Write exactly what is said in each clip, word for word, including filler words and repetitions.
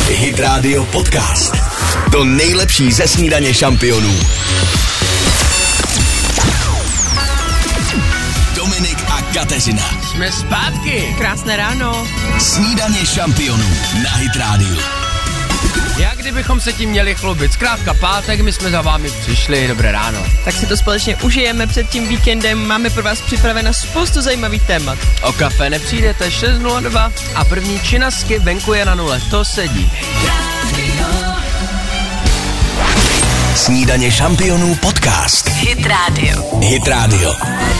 Hit Radio Podcast. To nejlepší ze snídaně šampionů. Dominik a Kateřina. Jsme zpátky. Krásné ráno. Snídaně šampionů na Hit Radio. Jak kdybychom se tím měli chlubit? Zkrátka pátek, my jsme za vámi přišli, dobré ráno. Tak si to společně užijeme před tím víkendem, máme pro vás připravena spoustu zajímavých témat. O kafe nepřijdete, šest nula dva a první činasky venku je na nule, to sedí. Snídaně šampionů podcast. Hit Radio. Hit Radio.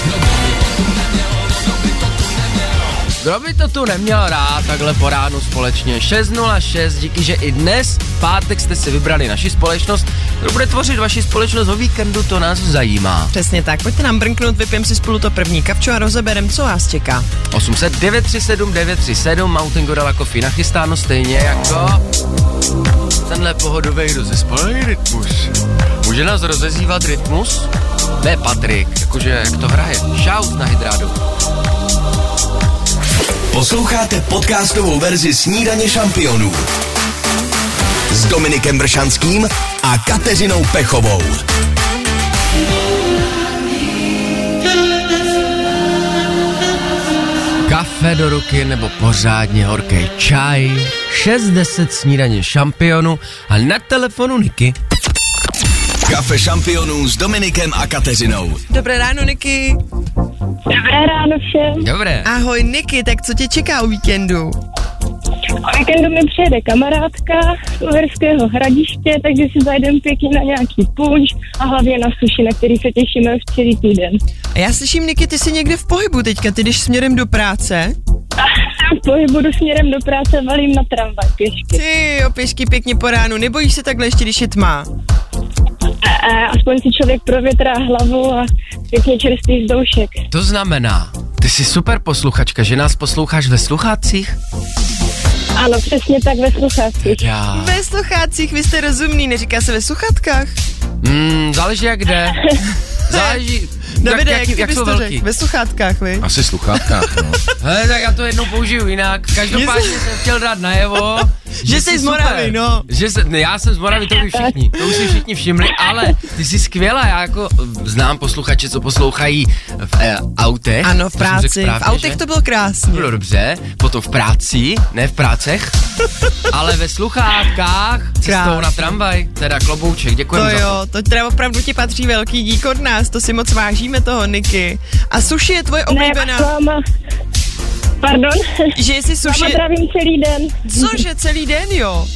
Kdo by to tu neměl rád takhle po ránu společně? šest nula šest, díky, že i dnes, pátek, jste si vybrali naši společnost. Kdo bude tvořit vaši společnost o víkendu, to nás zajímá. Přesně tak, pojďte nám brnknout, vypijeme si spolu to první kapčo a rozeberem, co vás čeká. osm set devět tři sedm devět tři sedm, Mountain Gorilla Coffee nachystáno stejně jako tenhle pohodový rozespalý rytmus. Může nás rozezývat rytmus? To je Patrik, jakože jak to hraje. Shout na Hit Radio. Posloucháte podcastovou verzi Snídaně šampionů s Dominikem Bršanským a Kateřinou Pechovou. Kafe do ruky nebo pořádně horký čaj, šest deset Snídaně šampionů a na telefonu Niky. Kafe šampionů s Dominikem a Kateřinou. Dobré ráno, Niky. Dobré ráno všem. Dobré. Ahoj, Niky, tak co tě čeká o víkendu? O víkendu mi přijede kamarádka z Uherského Hradiště, takže si zajdeme pěkně na nějaký punč a hlavně na suši, na který se těšíme už celý týden. A já slyším, Niky, ty jsi někde v pohybu teďka, ty jdeš směrem do práce? Jsem v pohybu, jdu směrem do práce, valím na tramvaj pěšky. Ty jo, pěšky pěkně po ránu, nebojíš se takhle ještě, když je tma? A, a, aspoň si člověk provětrá hlavu a pěkně čerstvý vzdoušek. To znamená, ty jsi super posluchačka, že nás posloucháš ve sluchácích? Ano, přesně tak, ve sluchácích. Já. Ve sluchácích, vy jste rozumný, neříká se ve sluchátkách? Hmm, záleží jak kde. Záleží, Davide, jak, jak, jak, jak jsou to velký. řek? Ve sluchátkách, vy? Asi sluchátkách, no. Hele, tak já to jednou použiju jinak. Každopádně jsem chtěl dát najevo, Že jsi z Moravy, no. Že se, ne, já jsem z Moravy, to ví všichni, to už si všichni všimli, ale ty jsi skvělá, já jako znám posluchače, co poslouchají v eh, autech. Ano, v to jsem práci, řekl správně, v autech že? to bylo krásně. Bylo dobře, potom v práci, ne v prácech, ale ve sluchátkách, cestou na tramvaj, teda klobouček, děkujem To za jo, to teda opravdu ti patří velký dík od nás, to si moc vážíme toho, Niky. A sushi je tvoje oblíbená. Ne, máma. Pardon? Že jsi sushi... Máma trávím celý den. Cože, celý den, jo?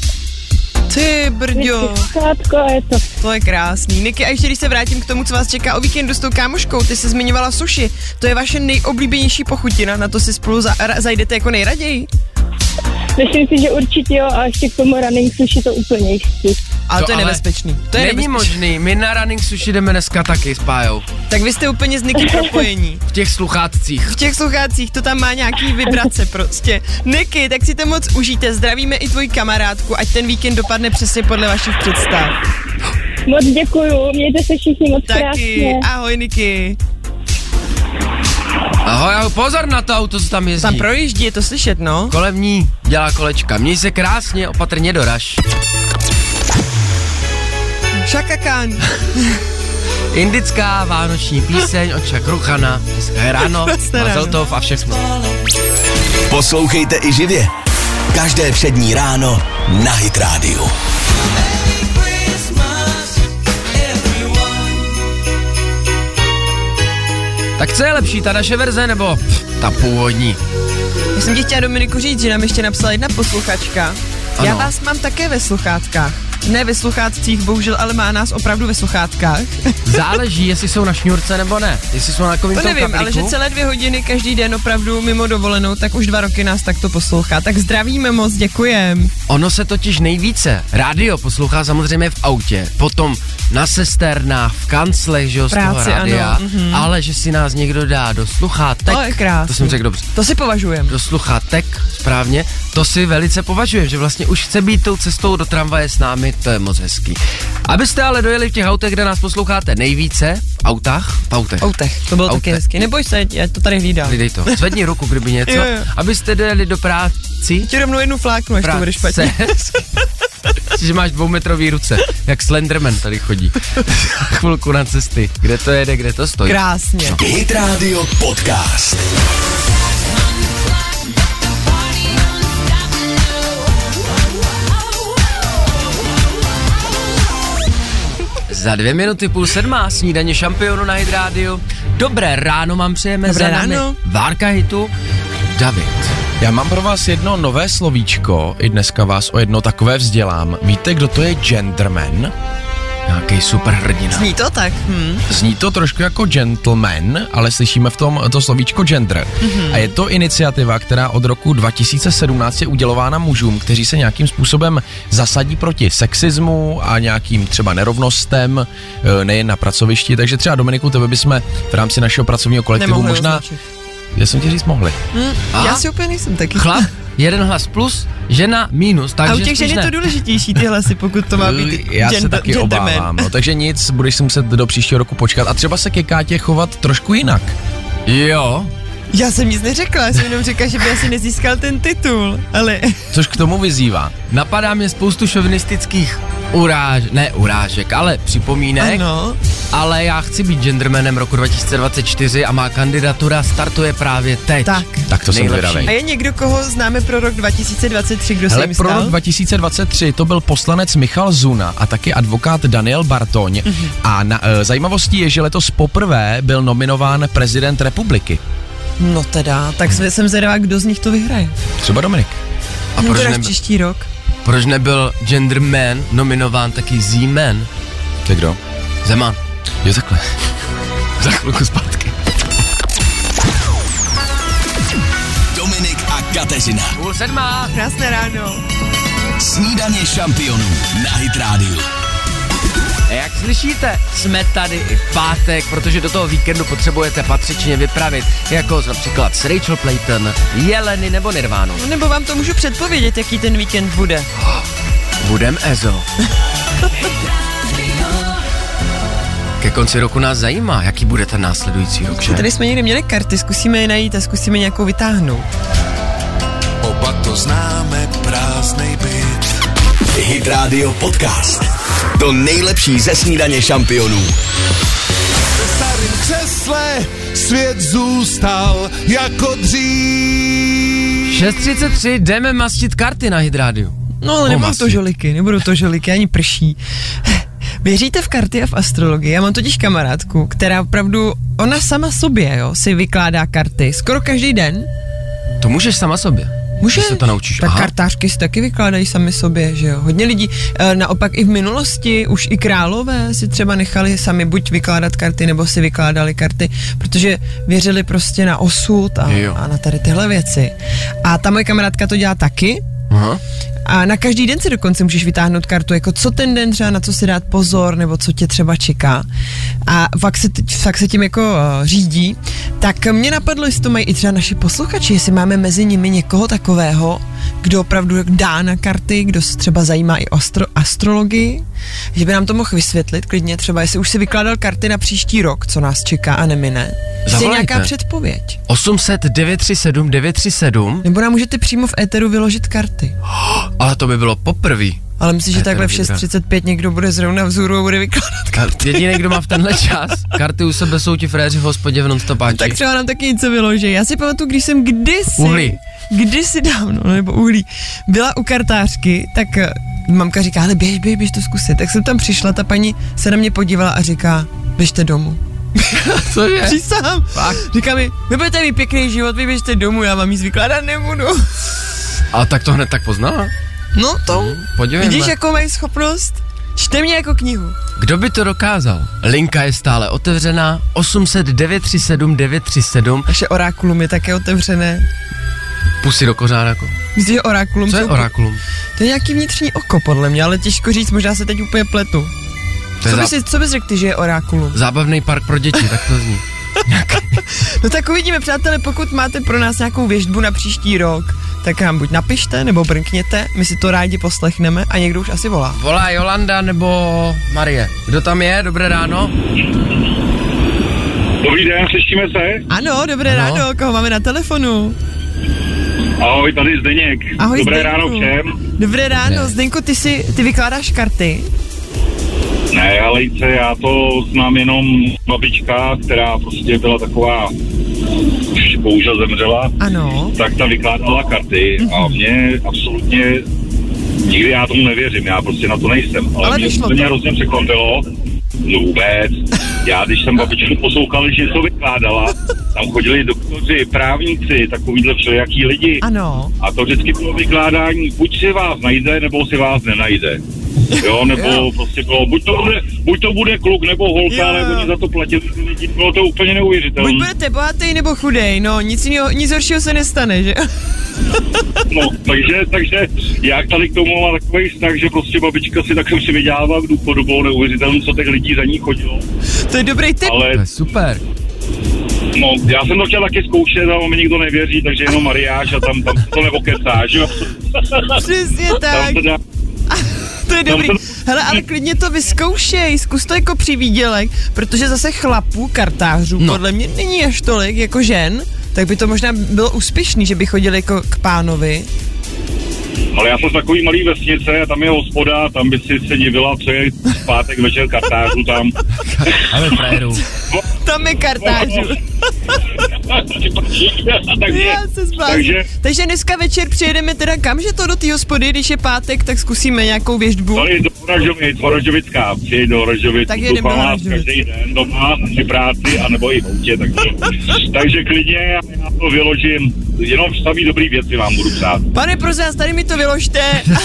Ty brďo. Sluchátko, je to. To je krásný. Niky, a ještě když se vrátím k tomu, co vás čeká o víkendu s tou kámoškou, ty jsi zmiňovala sushi. To je vaše nejoblíbenější pochutina, na to si spolu za, ra, zajdete jako nejraději? Myslím si, že určitě jo, a ještě k tomu running sushi to úplně jistý. Ale to, to je ale nebezpečný. To je Není nebezpečný. možný, my na running sushi jdeme dneska taky s Pájou. Tak vy jste úplně s Niky propojení. V těch sluchátcích. V těch sluchácích to tam má nějaký vibrace prostě. Niky, tak si to moc užijte. Zdravíme i tvoji kamarádku, ať ten víkend dopadne přesně podle vašich představ. Moc děkuju, mějte se všichni moc Taky, krásně. ahoj Niky. Ahoj, ahoj, pozor na to auto, co tam jezdí. Tam projíždí, je to slyšet, no. Kolem ní dělá kolečka. Měj se krásně, opatrně doraž. Chaka Khan. Indická vánoční píseň od Šakruchana. Dneska je ráno, Mazeltov a všechno. Poslouchejte i živě. Každé přední ráno na Hit Radio. Tak co je lepší, ta naše verze nebo pff, ta původní? Já jsem ti chtěla, Dominiku, říct, že nám ještě napsala jedna posluchačka. Ano. Já vás mám také ve sluchátkách. Ne ve sluchátcích, bohužel, ale má nás opravdu ve sluchátkách. Záleží, jestli jsou na šňůrce nebo ne. Jestli jsou na takovým To tom nevím, kablíku. ale že celé dvě hodiny každý den opravdu mimo dovolenou, tak už dva roky nás takto poslouchá. Tak zdravíme moc, děkujem. Ono se totiž nejvíce rádio poslouchá samozřejmě v autě, potom na sesternách, v kanclech, že jo, z toho Práci, rádia, ano, mhm. ale že si nás někdo dá do sluchátek, To je krásný. to jsem řekl dobře, To si považujem. do sluchátek, správně, to si velice považujem, že vlastně už chce být tou cestou do tramvaje s námi strany, to je moc hezký. Abyste ale dojeli v těch autech, kde nás posloucháte nejvíce, v autách, v autech. Autech, to bylo Autech. taky hezky. Neboj se, já to tady hlídám. Hlídej to, zvedni ruku, kdyby něco, Jo, jo. abyste dojeli do práci. Ti rovnou jednu fláknu, až to bude špatně. Že máš dvoumetrový ruce, jak Slenderman tady chodí. Chvilku na cesty, kde to jede, kde to stojí. Krásně. Hit Radio Podcast. Za dvě minuty půl sedmá snídaně šampionu na Hit Radio. Dobré ráno mám přejeme. Dobré za námi ráno. Várka hitu, David. Já mám pro vás jedno nové slovíčko, i dneska vás o jedno takové vzdělám. Víte, kdo to je genderman? Nějaký super hrdina. Zní to tak? Hm. Zní to trošku jako gentleman, ale slyšíme v tom to slovíčko gender. Mm-hmm. A je to iniciativa, která od roku dva tisíce sedmnáct je udělována mužům, kteří se nějakým způsobem zasadí proti sexismu a nějakým třeba nerovnostem, nejen na pracovišti. Takže třeba Dominiku, tebe bychom v rámci našeho pracovního kolektivu Nemohli možná... označit. Já jsem ti říct mohli. Hm. A? Já si úplně nejsem taky. Chlap, jeden hlas plus, žena minus, takže A u těch žen spíš je to ne. důležitější ty hlasy, pokud to má být Já se gender, taky genderman. obávám, no, takže nic, budeš si muset do příštího roku počkat a třeba se ke Kátě chovat trošku jinak. Jo, Já jsem nic neřekla, já jsem jenom řekla, že by asi nezískal ten titul, ale... Což k tomu vyzývá. napadá mě spoustu šovinistických uráž, ne urážek, ale připomínek, Ano. ale já chci být gendermanem roku dva tisíce dvacet čtyři a má kandidatura startuje právě teď. Tak. Tak to jsem Nejlepší. zvědavej. A je někdo, koho známe pro rok dva tisíce dvacet tři, kdo se Hele, jim pro stal? rok dva tisíce dvacet tři to byl poslanec Michal Zuna a taky advokát Daniel Bartoň. Mm-hmm. A na, e, zajímavostí je, že letos poprvé byl nominován prezident republiky. No teda, tak jsem zvědavá, kdo z nich to vyhraje. Třeba Dominik. A No proč, teda neby, příští rok. proč nebyl genderman nominován taky Z-Man? To je kdo? Zeman. Jo, takhle. Za chvilku zpátky. Dominik a Kateřina. Půl sedmá. Krásné ráno. Snídaně šampionů na Hit Radio. A jak slyšíte, jsme tady i v pátek, protože do toho víkendu potřebujete patřičně vypravit, jako například s Rachel Playton, Jeleny nebo Nirvánu. Nebo vám to můžu předpovědět, jaký ten víkend bude. Budem Ezo. Ke konci roku nás zajímá, jaký bude ten následující rok, že? Tady jsme někde měli karty, zkusíme je najít a zkusíme nějakou vytáhnout. Oba to známe, prázdnej byt. Hit Radio Podcast. To nejlepší ze snídaně šampionů. Ve starém křesle svět zůstal jako dřív. šest třicet tři, jdeme mastit karty na Hit Radio. No ale nebudou mastit. to žoliky, nebudou to žoliky, ani prší. Věříte v karty a v astrologii? Já mám totiž kamarádku, která opravdu, ona sama sobě, jo, si vykládá karty skoro každý den. To můžeš sama sobě. Může? Že se to naučíš. Tak Aha. kartářky si taky vykládají sami sobě, že jo. Hodně lidí, e, naopak i v minulosti, už i králové si třeba nechali sami buď vykládat karty, nebo si vykládali karty, protože věřili prostě na osud a, a na tady tyhle věci. A ta moje kamarádka to dělá taky. Aha. A na každý den si dokonce můžeš vytáhnout kartu, jako co ten den třeba, na co si dát pozor, nebo co tě třeba čeká. A fakt se, fakt se tím jako uh, řídí. Tak mě napadlo, jestli to mají i třeba naši posluchači, jestli máme mezi nimi někoho takového, kdo opravdu dá na karty, kdo se třeba zajímá i o astro, astrologii, že by nám to mohl vysvětlit klidně třeba, jestli už si vykládal karty na příští rok, co nás čeká a nemine. Jestli je nějaká předpověď. osm set devět tři sedm devět tři sedm. Nebo nám můžete přímo v éteru vyložit karty. Ale to by bylo poprvý. Ale myslím, že Éter takhle v vybrat. šest třicet pět někdo bude zrovna vzhůru a bude vykládat karty. Jediný, kdo má v tenhle čas, karty u sebe jsou ti fréři v hospodě v non-stopáči. Tak třeba nám taky něco vyloží. Já si pamatuju, když jsem kdysi, Uhlí. kdysi dávno, nebo uhlí, byla u kartářky, tak eh, mamka říká, ale běž, běž, běž to zkusit. Tak jsem tam přišla, ta paní se na mě podívala a říká, běžte domů. Co je? Přísahám. Fakt? Říká mi, vy budete mít pěkný život, vy běžte domů, já vám nic vykládat nebudu. A tak to hned tak poznala? No to, Podívejme. vidíš, jakou mají schopnost? Čte mě jako knihu. Kdo by to dokázal? Linka je stále otevřená, osm set devět tři sedm devět tři sedm. Naše orákulum je také otevřené. Pusy do kořánaku. Myslíš, že orákulum Co je jsou- orákulum? To je nějaký vnitřní oko, podle mě, ale těžko říct, možná se teď úplně pletu. To je Co, zá... bys, si- co bys řekl ty, že je orákulum? zábavný park pro děti, tak to zní. No tak uvidíme, přátelé, pokud máte pro nás nějakou věštbu na příští rok, tak nám buď napište, nebo brnkněte, my si to rádi poslechneme a někdo už asi volá. Volá Jolanda nebo Marie. Kdo tam je? Dobré ráno. Dobrý den, slyšíme se? Ano, dobré Ano. ráno, koho máme na telefonu? Ahoj, tady Zdeněk. Ahoj, Dobré Zdeňku. ráno všem. Dobré ráno, Ne. Zdeňku, ty si, ty vykládáš karty? Ne, Alejce, já to znám jenom babička, která prostě byla taková, už bohužel zemřela, Ano. tak ta vykládala karty a mě absolutně, nikdy já tomu nevěřím, já prostě na to nejsem. Ale, Ale mě, vyšlo to mě to. hrozně překvapilo. No vůbec. Já, když jsem babičku poslouchal, že něco vykládala, tam chodili doktoři, právníci, takovýhle všelijaký lidi. Ano. A to vždycky bylo vykládání, buď si vás najde, nebo si vás nenajde. Jo, nebo Jo. prostě bylo, buď to bude, buď to bude kluk, nebo holka, Jo. nebo oni za to platili ty lidi. Bylo to úplně neuvěřitelné. Buď budete bohatý nebo chudej, no nic, jiného, nic horšího se nestane, že? No, takže, takže já tady k tomu mám takový vztah, že prostě babička si takhle si vydělává v důchodu, bylo neuvěřitelné, co těch lidí za ní chodilo. To je dobrý tip. Ale To je super. no, já jsem to chtěl taky zkoušet, ale mi nikdo nevěří, takže jenom Mariáš a tam, tam se to nevokecá, že jo? Přesně Tam tak, se dá, to je dobrý. tam Hele, ale klidně to vyzkoušej, zkus to jako přivídělek, protože zase chlapů, kartářů, No. podle mě není až tolik jako žen, tak by to možná bylo úspěšný, že by chodili jako k pánovi. ale já jsem z takový malý vesnice a tam je hospoda, tam by si se divila, co je v pátek večer kartářů tam. Ale frajeru. Tam je kartářů. takže, Já se zblázním. takže Takže dneska večer přijedeme teda kam, že to do té hospody, když je pátek, tak zkusíme nějakou věždbu. tady do Horožovic, Horožovická, přijď do Horožovic, Tak jedeme do Horožovic. každý den doma, při práci, anebo i v autě, takže, takže klidně já, já to vyložím, jenom samý dobrý věci vám budu psát. Pane, prosím vás, tady mi to vyložte.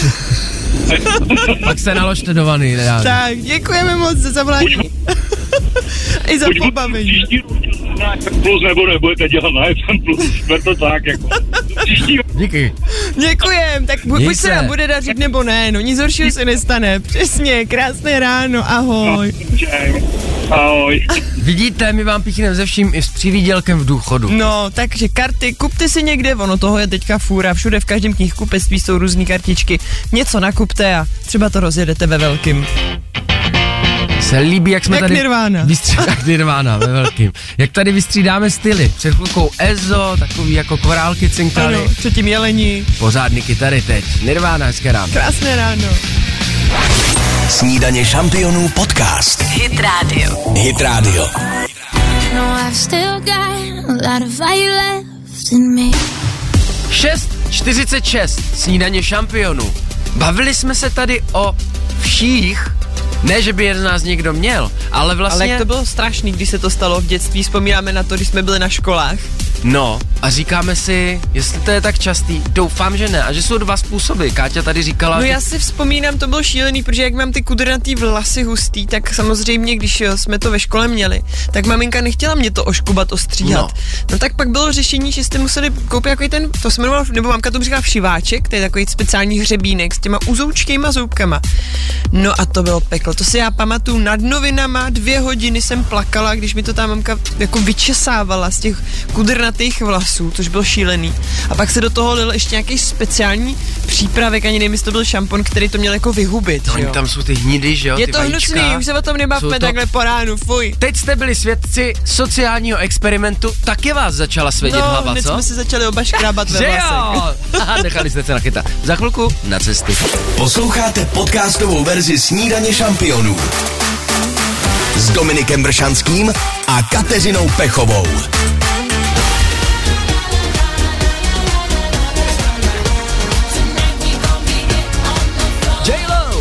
Pak se naložte do vany, reálně. Tak, děkujeme moc za zavolání. I za Buď budu pobavení. příští rok dělat na F M plus, nebo nebudete dělat na F M plus, bude to tak, jako příští rok. Díky. Děkujem, tak bu- Měj buď se se. nám bude dařit nebo ne, no nic horšího se nestane. Přesně, krásné ráno, ahoj. Ahoj. Vidíte, my vám píchneme ze vším i s přivídělkem v důchodu. No, takže karty, kupte si někde, ono toho je teďka fůra, všude v každém knihkupectví jsou různý kartičky. Něco nakupte a třeba to rozjedete ve velkým. Se líbí, jak jsme Jak tady... Nirvana. Vystří... Jak Nirvana, ve velkým. Jak tady vystřídáme styly. Před chvilkou Ezo, takový jako korálky cinkaly. Ano, předtím jelení. Pořádný kytary teď. Nirvana, hezké ráno. Krásné ráno. Snídaně šampionů podcast. Hit Radio. Hit Radio. No, I've still got a lot of fire left in me. šest čtyřicet šest, snídaně šampionů. Bavili jsme se tady o vších, ne, že by jeden z nás někdo měl, ale vlastně... Ale jak to bylo strašný, když se to stalo v dětství, vzpomínáme na to, když jsme byli na školách. No, a říkáme si, jestli to je tak častý, doufám, že ne, a že jsou dva způsoby. Káťa tady říkala... No že- já si vzpomínám, to bylo šílený, protože jak mám ty kudrnatý vlasy hustý, tak samozřejmě, když jo, jsme to ve škole měli, tak maminka nechtěla mě to oškubat, ostříhat. No. No, no tak pak bylo řešení, že jste museli koupit jako ten, to se jmenoval, nebo mamka to říkala všiváček, to je takový speciální hřebínek s těma uzoučkýma zoubkama. No a to bylo peklo, to si já pamatuju, nad novinama dvě hodiny jsem plakala, když mi to ta mamka jako vyčesávala z těch kudrnatých vlasů, což bylo šílený. A pak se do toho lil ještě nějaký speciální přípravek, ani nevím, jestli to byl šampon, který to měl jako vyhubit. No, že oni jo? tam jsou ty hnidy, že jo, Je ty to vajíčka. hnusný, už se o tom Jsou nebavme to- takhle po ránu, fuj. Teď jste byli svědci sociálního experimentu, taky vás začala svědět No, hlava, hned co? jsme se začali oba škrábat ve Že vlasech. jo? Aha, nechali jste se nachytat. Za chvilku na cesty. Posloucháte podcastovou verzi Snídaně šampionů s Dominikem Bršanským a Kateřinou Pechovou. J-Lo!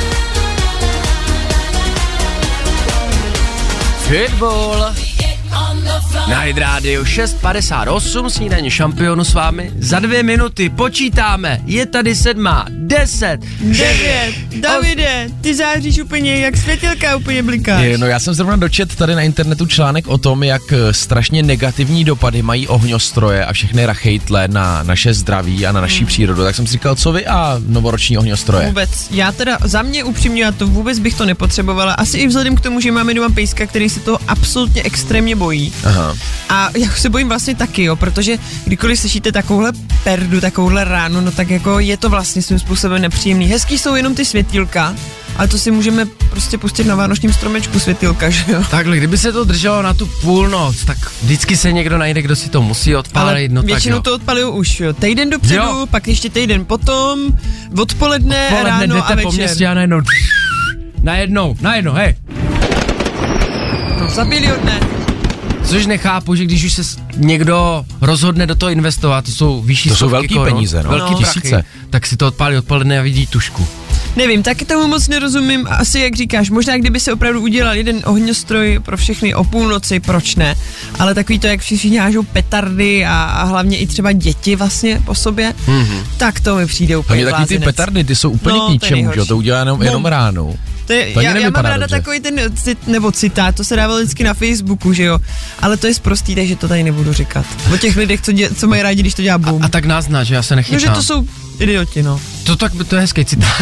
Pitbull! Na Hit Radio šest padesát osm, snídaně šampionu s vámi. Za dvě minuty počítáme, je tady sedmá, deset, Devět, Davide, ty záříš úplně jak světilka, úplně blikáš. Je, no já jsem zrovna dočet tady na internetu článek o tom, jak eh, strašně negativní dopady mají ohňostroje a všechny rachejtle na naše zdraví a na naší přírodu. Tak jsem si říkal, co vy a novoroční ohňostroje? Vůbec. Já teda za mě upřímně, já to vůbec bych to nepotřebovala. Asi i vzhledem k tomu, že máme doma pejska, který se toho absolutně extrémně bojí. Aha. A já se bojím vlastně taky, jo, protože kdykoliv slyšíte takovouhle perdu, takovouhle ránu, no tak jako je to vlastně svým způsobem nepříjemný. Hezký jsou jenom ty světýlka, ale to si můžeme prostě pustit na vánočním stromečku světýlka, že jo? Takhle, kdyby se to drželo na tu půlnoc, tak vždycky se někdo najde, kdo si to musí odpálit, ale no tak většinou jo. to odpalují už, jo. Týden dopředu, Jo. pak ještě týden potom, odpoledne, Odpoledne ráno jdete a večer. po městě a najednou, najednou, najednou, hej. No, za biliardné. Což nechápu, že když už se s- někdo rozhodne do toho investovat, to jsou vyšší To jsou stovky velký korun, peníze, no. velký No. prachy, Tisíce. tak si to odpálí odpoledne a vidí tušku. Nevím, taky tomu moc nerozumím, asi jak říkáš, možná kdyby se opravdu udělal jeden ohňostroj pro všechny o půlnoci, proč ne, ale takový to, jak všichni hážou petardy a, a hlavně i třeba děti vlastně po sobě, mm-hmm. tak to mi přijde úplně Hlavně taky ty blázinec. petardy, ty jsou úplně No, k to je ničemu, že jo, nejhorší. to udělá jenom, jenom Bum. ránu. To je, To ani já, já mám nevypadá ráda dobře. takový ten cit, nebo citát, to se dává vždycky na Facebooku, že jo, ale to je sprostý, takže to tady nebudu říkat. O těch lidech, co, dě, co mají rádi, když to dělá bum. A tak nás zná, že já se nechytám. No, že to jsou idioti, no. To tak, to je hezký citát.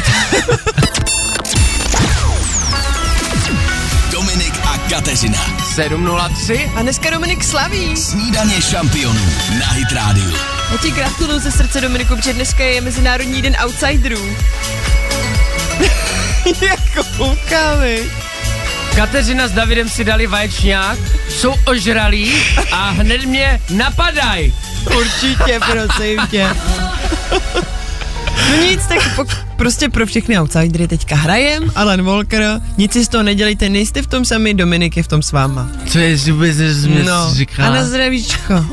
Dominik a Kateřina. sedm nula tři. A dneska Dominik slaví. Snídaně šampionů na Hit Radio. Já ti gratuluju ze srdce, Dominiku, protože dneska je Mezinárodní den outsiderů. Jak koukáme. Kateřina s Davidem si dali vaječňák, jsou ožralí a hned mě napadaj. Určitě, prosím tě. No nic, tak pok- prostě pro všechny outsidery teďka hrajem, Alan Walker, nic si z toho nedělejte, nejste v tom sami, Dominik je v tom s váma. Co je vůbec No, a na zdravíčko.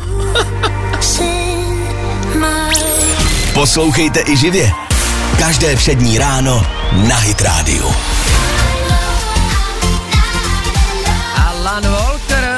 Poslouchejte i živě. Každé přední ráno na Hit Radio. Alan Walker.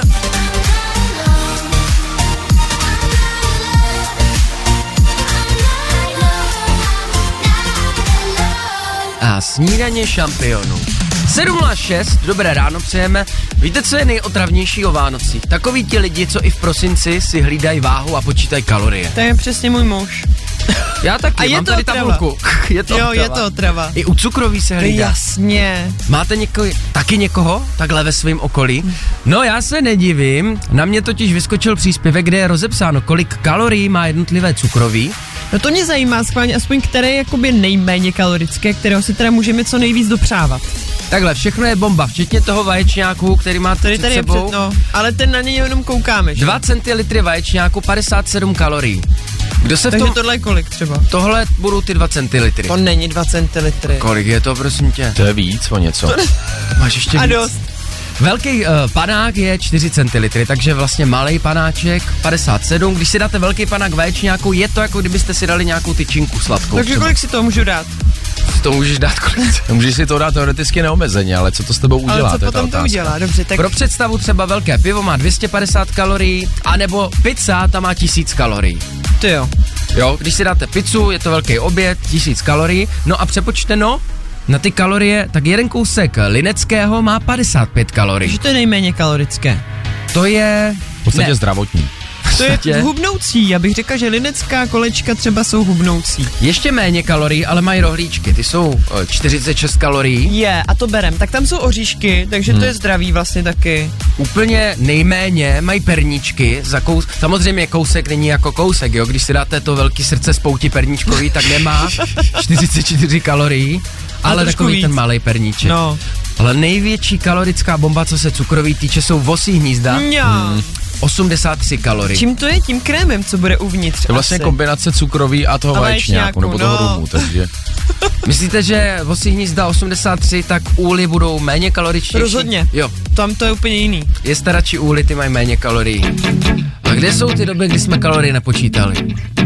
A snídaně šampionů. sedm nula šest, dobré ráno přejeme. Víte, co je nejotravnější o Vánocích? Takoví ti lidi, co i v prosinci si hlídají váhu a počítají kalorie. To je přesně můj muž. Já taky, A je mám to tady otrava. tabulku. Je to Jo, otrava. je to otrava. I u cukroví se No hlídá. jasně. Máte něko, taky někoho takhle ve svém okolí? No já se nedivím, na mě totiž vyskočil příspěvek, kde je rozepsáno, kolik kalorií má jednotlivé cukroví. No to mě zajímá schválně, aspoň které je jakoby nejméně kalorické, kterého si teda můžeme co nejvíc dopřávat. Takhle, všechno je bomba, včetně toho vaječňáku, který má Tady před tady je sebou. před, no, ale ten na něj jenom koukáme, že? dva centilitry vaječňáku, padesát sedm kalorií. Kdo se v Takže tom... tohle je kolik třeba? Tohle budou ty dva centilitry. To není dva centilitry. Kolik je to, prosím tě? To je víc o něco. Máš ještě A víc? dost. Velký uh, panák je čtyři centilitry, takže vlastně malej panáček padesát sedm. Když si dáte velký panák vaječňáku, je to jako kdybyste si dali nějakou tyčinku sladkou. Takže třeba. kolik si toho můžu dát? To můžeš dát kolik? Můžeš si to dát teoreticky neomezeně, ale co to s tebou udělá? Ale co to je ta potom to otázka. udělá? Dobře, tak Pro představu třeba velké pivo má dvě stě padesát kalorií, anebo pizza, ta má tisíc kalorií. ty jo. Jo, když si dáte pizzu, je to velký oběd, tisíc kalorií, no a přepočteno na ty kalorie, tak jeden kousek lineckého má padesát pět kalorií. Takže to je nejméně kalorické. To je... V podstatě ne, zdravotní. To je podstatě- hubnoucí, já bych řekla, že linecká kolečka třeba jsou hubnoucí. ještě méně kalorií, ale mají rohlíčky, ty jsou eh, čtyřicet šest kalorií. Je, a to berem. Tak tam jsou oříšky, takže Hmm. to je zdravý vlastně taky. Úplně nejméně mají perníčky, za kous, samozřejmě kousek není jako kousek, jo, když si dáte to velký srdce z pouti perníčkový, tak nemá čtyřicet čtyři kalorií, ale trošku takový víc. ten malej perníček. No. Ale největší kalorická bomba, co se cukroví týče, jsou vosí hnízda, Mňa. osmdesát tři kalorií. Čím to je? Tím krémem, co bude uvnitř. To je vlastně asi. kombinace cukroví a toho A vaječňáku, nebo toho vaječňáku, no. rumu, takže... Myslíte, že vosí hnízda osmdesát tři, tak úly budou méně kaloričtější? Rozhodně. Jo, Tam to je úplně jiný. jeste radši úly, ty mají méně kalorií. A kde jsou ty doby, kdy jsme kalorie nepočítali?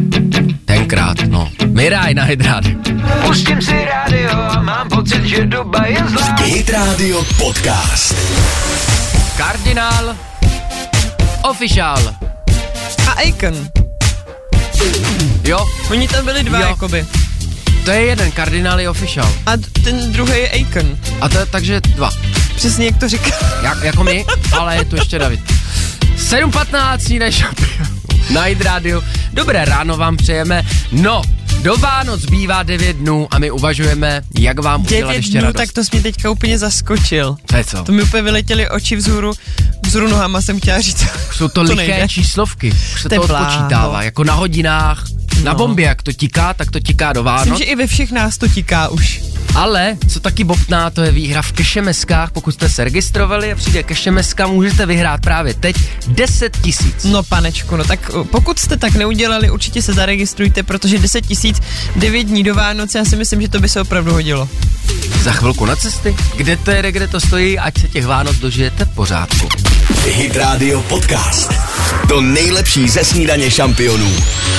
Tenkrát, no. Miraj na Hit Radio. Pustím si rádio a mám pocit, že doba je zlá. Hit Radio Podcast. Kardinál Official. A Icon. Jo, Oni tam byli dva, Jo. jakoby. to je jeden, Kardinál je Official. A ten druhý je Icon. A to je takže dva. Přesně jak to říká. Jak, jako my, ale je tu ještě David. sedm patnáct snídaně šampion. Na Hit Radio. Dobré ráno vám přejeme. No, do Vánoc bývá devět dnů a my uvažujeme, jak vám udělat Devět ještě dnů, radost. tak to jsi mě teďka úplně zaskočil. To je co? To mi úplně vyletěly oči vzhůru. Vzhůru nohama jsem chtěla říct. Jsou to, to liché nejde. Číslovky, už se to odpočítává, jako na hodinách, no. Na bombě, jak to tiká, tak to tiká do Vánoc. Myslím, že i ve všech nás to tiká už. Ale, co taky bobtná, to je výhra v kešemeskách. Pokud jste se registrovali a přijde kešemeska, můžete vyhrát právě teď deset tisíc. No panečku, no tak pokud jste tak neudělali, určitě se zaregistrujte, protože deset tisíc, devět dní do Vánoce, já si myslím, že to by se opravdu hodilo. Za chvilku na cesty, kde to jede, kde to stojí, ať se těch Vánoc dožijete v pořádku. Hit Radio Podcast. To nejlepší ze snídaně šampionů.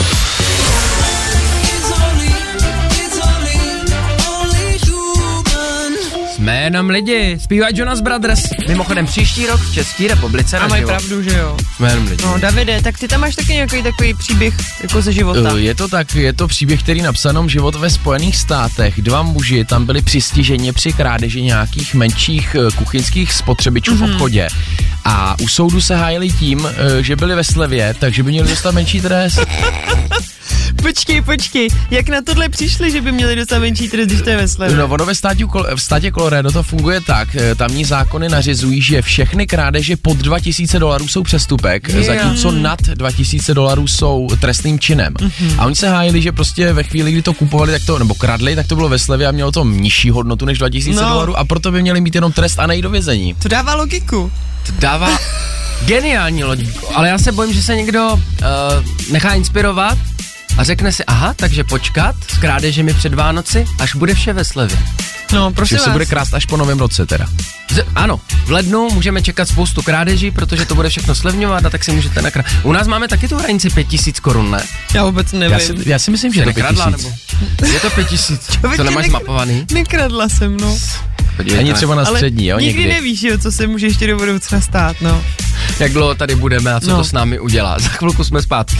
Jsme jenom lidi, zpívají Jonas Brothers. Mimochodem příští rok v České republice. A mají pravdu, že jo. Jsme jenom lidi. No Davide, tak ty tam máš taky nějaký takový příběh jako ze života. Je to tak, je to příběh, který napsanou život ve Spojených státech. Dva muži tam byli přistiženi při krádeži nějakých menších kuchyňských spotřebičů mm-hmm. v obchodě. A u soudu se hájili tím, že byli ve slevě, takže by měli dostat menší trest. Počkej, počkej, jak na tohle přišli, že by měli dostat menší trest, když to je ve slevě? No, ono ve státě, v státě Colorado to funguje tak, tamní zákony nařizují, že všechny krádeže pod dva tisíce dolarů jsou přestupek, yeah. zatímco nad dva tisíce dolarů jsou trestným činem. Mm-hmm. A oni se hájili, že prostě ve chvíli, kdy to kupovali, tak to, nebo kradli, tak to bylo ve slevě a mělo to nižší hodnotu než dva tisíce no. dolarů a proto by měli mít jenom trest a nejít do vězení. To dává logiku. To dává geniální logiku, ale já se bojím, že se někdo uh, nechá inspirovat a řekne si, aha, takže počkat s krádežemi před Vánoci, až bude vše ve slevě. No, prosím vás. Se bude krást až po novém roce teda. Z, ano, v lednu můžeme čekat spoustu krádeží, protože to bude všechno slevňovat a tak si můžete nakrát. U nás máme taky tu hranici pět tisíc korun, ne? Já vůbec nevím. Já si, já si myslím, že to pět tisíc. Je to pět tisíc. To nemáš nekr- mapovaný? Nekradla jsem, no. Podívejte, ani třeba na střední, jo, nikdy někdy. Nikdy nevíš, jo, co se může ještě do budoucna stát, no. Jak dlouho tady budeme a co no. to s námi udělá. Za chvilku jsme zpátky.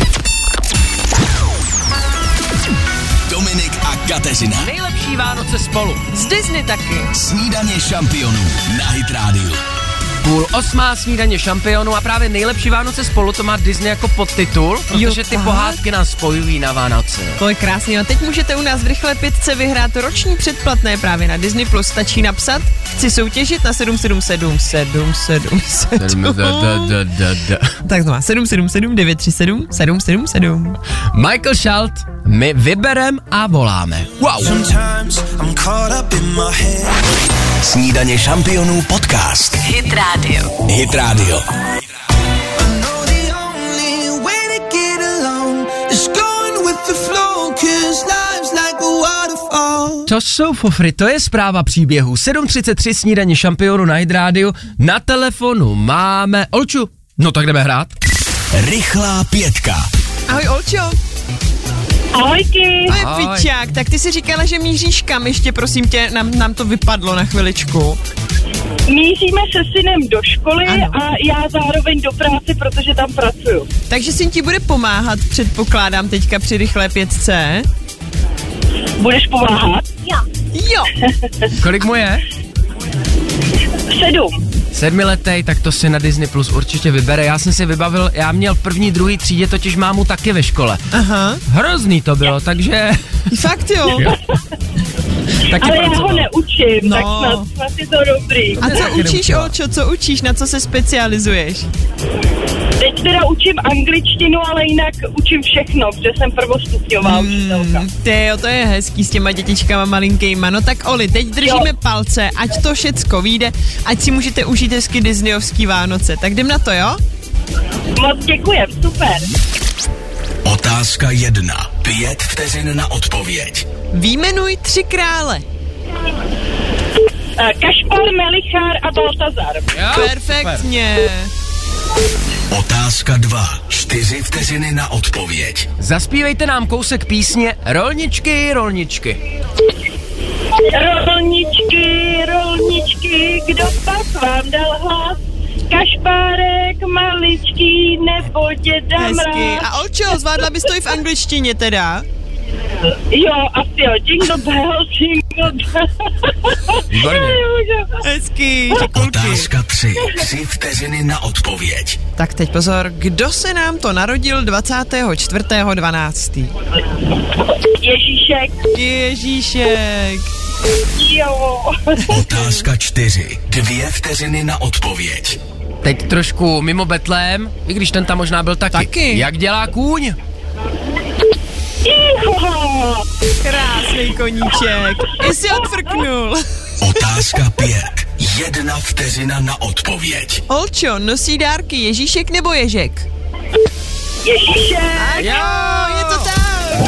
Dominik a Kateřina. Nejlepší Vánoce spolu. Z Disney taky. Snídaně šampionů na Hit Radio. Půl osmá snídaně šampionů a právě nejlepší Vánoce spolu to má Disney jako podtitul, protože ty pohádky nás spojují na Vánoce. To je krásný. A teď můžete u nás v rychlé pětce vyhrát roční předplatné právě na Disney Plus. Stačí napsat, chci soutěžit na sedm sedm sedm sedm sedm sedm. Tak znova sedm sedm sedm devět tři sedm sedm sedm sedm. Michael Schalt, my vyberem a voláme. Wow. Snídaně šampionů podcast. Hit Radio. Hit Radio. To jsou fofry, to je zpráva příběhu. sedm třicet tři snídaně šampionu na Hit Radio. Na telefonu máme Olču. No tak jdeme hrát. Rychlá pětka. Ahoj Olčo. Ahojky. Ahoj pičák, tak ty si říkala, že míříš kam, ještě prosím tě, nám, nám to vypadlo na chviličku. Míříme se synem do školy ano. A já zároveň do práce, protože tam pracuju. Takže syn ti bude pomáhat, předpokládám teďka při rychlé pětce. Budeš pomáhat? Jo. Jo. Kolik mu je? Sedm. Sedmiletej, tak to si na Disney Plus určitě vybere. Já jsem si vybavil, já měl v první, druhý třídě totiž mámu taky ve škole. Aha. Hrozný to bylo, takže... Fakt jo. Taky ale pracoval. Já ho neučím, no. tak snad, snad je to dobrý. A co učíš, Olčo, co učíš, na co se specializuješ? Teď teda učím angličtinu, ale jinak učím všechno, protože jsem prvostupňová hmm, učitelka. Tyjo, to je hezký s těma dětičkama malinkýma. No tak Oli, teď držíme jo. palce, ať to všecko vyjde, ať si můžete užít hezky disneyovský Vánoce. Tak jdem na to, jo? Moc děkujem, super. Otázka jedna. Pět vteřin na odpověď. Výjmenuj tři krále. Kašpar, Melichár a Baltazar. Jo, perfektně. Otázka dva. Čtyři vteřiny na odpověď. Zaspívejte nám kousek písně Rolničky, rolničky. Rolničky, rolničky, kdo pak vám dal hlas? Kašpárek, maličký, nebo děda Mráz. Hezky. A Olčo, zvládla bys to i v angličtině teda? Jo, asi jo. Jingle bell, jingle bell. Výborně. Hezky. Otázka tři. Tři vteřiny na odpověď. Tak teď pozor, kdo se nám to narodil dvacátého čtvrtého dvanáctého Ježíšek. Ježíšek. Jo. Otázka čtyři. Dvě vteřiny na odpověď. teď trošku mimo Betlém, i když ten tam možná byl taky. Taky. Jak dělá kůň? Krásný koníček. I si odfrknul. Otázka pět. Jedna vteřina na odpověď. Olčo, nosí dárky Ježíšek nebo Ježek? Ježíšek! Jo, je to tak.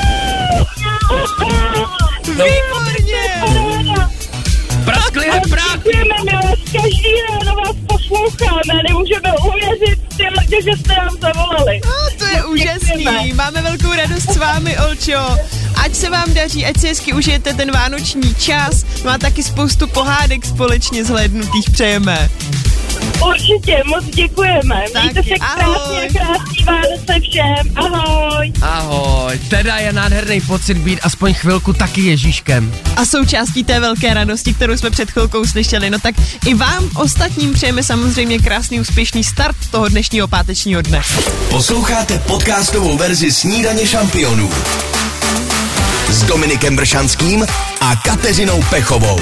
Výborně. Praskli jak prach. Děkujeme, my vás každý ráno vás posloucháme, nemůžeme uvěřit, že jste nám zavolali. A to je úžasný, máme velkou radost s vámi, Olčo. Ať se vám daří, ať si hezky užijete ten vánoční čas. Má taky spoustu pohádek společně zhlédnutých, přejeme. Určitě, moc děkujeme. Mějte Taky, se krásně, ahoj. krásný Vánoce všem. Ahoj. Ahoj, teda je nádherný pocit být aspoň chvilku taky Ježíškem. A součástí té velké radosti, kterou jsme před chvilkou slyšeli, no tak i vám ostatním přejeme samozřejmě krásný úspěšný start toho dnešního pátečního dne. Posloucháte podcastovou verzi Snídaně šampionů s Dominikem Bršanským a Kateřinou Pechovou.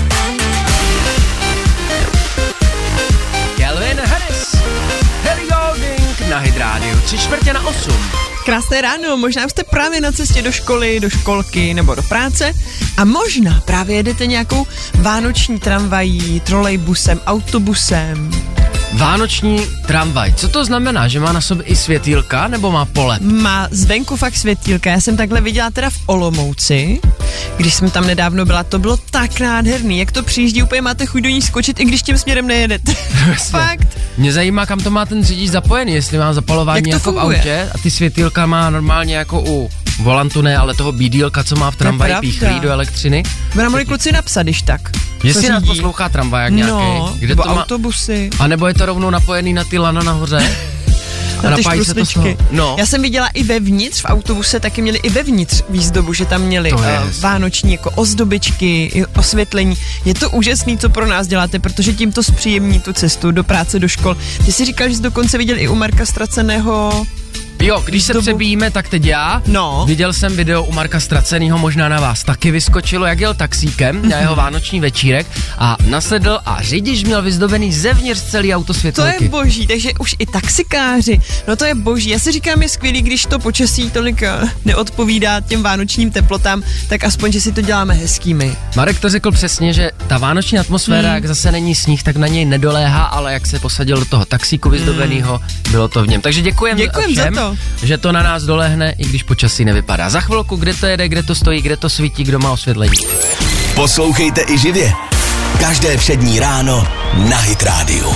Calvin Harris, Harry Golding na Hit Radio, tři čtvrtě na osm. Krásné ráno, možná jste právě na cestě do školy, do školky nebo do práce a možná právě jedete nějakou vánoční tramvají, trolejbusem, autobusem. Vánoční tramvaj, co to znamená, že má na sobě i světýlka nebo má pole? Má zvenku fakt světýlka, já jsem takhle viděla teda v Olomouci, když jsem tam nedávno byla, to bylo tak nádherný, jak to přijíždí, úplně máte chuť do ní skočit, i když tím směrem nejedete. Fakt. Mě zajímá, kam to má ten řidič zapojený, jestli má zapalování Jak to jako v funguje? autě a ty světýlka má normálně jako u volantu ne, ale toho bídílka, co má v tramvaji, pravda. píchlí do elektřiny. Bude mohli kluci napsat, když tak. Jestli Co nás řídí. poslouchá tramvaják nějaký, No, kde nebo to má, autobusy. a nebo je to rovnou napojený na ty lana nahoře? A Na ty napájí se to z toho. šprusličky. No. Já jsem viděla i vevnitř, v autobuse taky měli i vevnitř výzdobu, že tam měli To uh, je hezký. vánoční jako ozdobičky, i osvětlení. Je to úžasný, co pro nás děláte, protože tím to zpříjemní tu cestu do práce, do škol. Ty jsi říkal, že jsi dokonce viděl i u Marka Ztraceného. Jo, když se Výzdobu. přebíjíme, tak teď já. No. Viděl jsem video u Marka Ztracenýho, možná na vás taky vyskočilo, jak jel taxíkem na jeho vánoční večírek a nasedl a řidič měl vyzdobený zevnitř celý auto To světelky. je boží, takže už i taxikáři, no to je boží. Já si říkám, je skvělý, když to počasí tolik eh, neodpovídá těm vánočním teplotám, tak aspoň, že si to děláme hezkými. Marek to řekl přesně, že ta vánoční atmosféra, Hmm. jak zase není sníh, tak na něj nedoléhá, ale jak se posadil do toho taxíku vyzdobenýho, bylo to v něm. Takže děkujem Děkujem za všem, to. že to na nás dolehne, i když počasí nevypadá. Za chvilku, kde to jede, kde to stojí, kde to svítí, kdo má osvětlení. Poslouchejte i živě. Každé všední ráno na Hit Radio.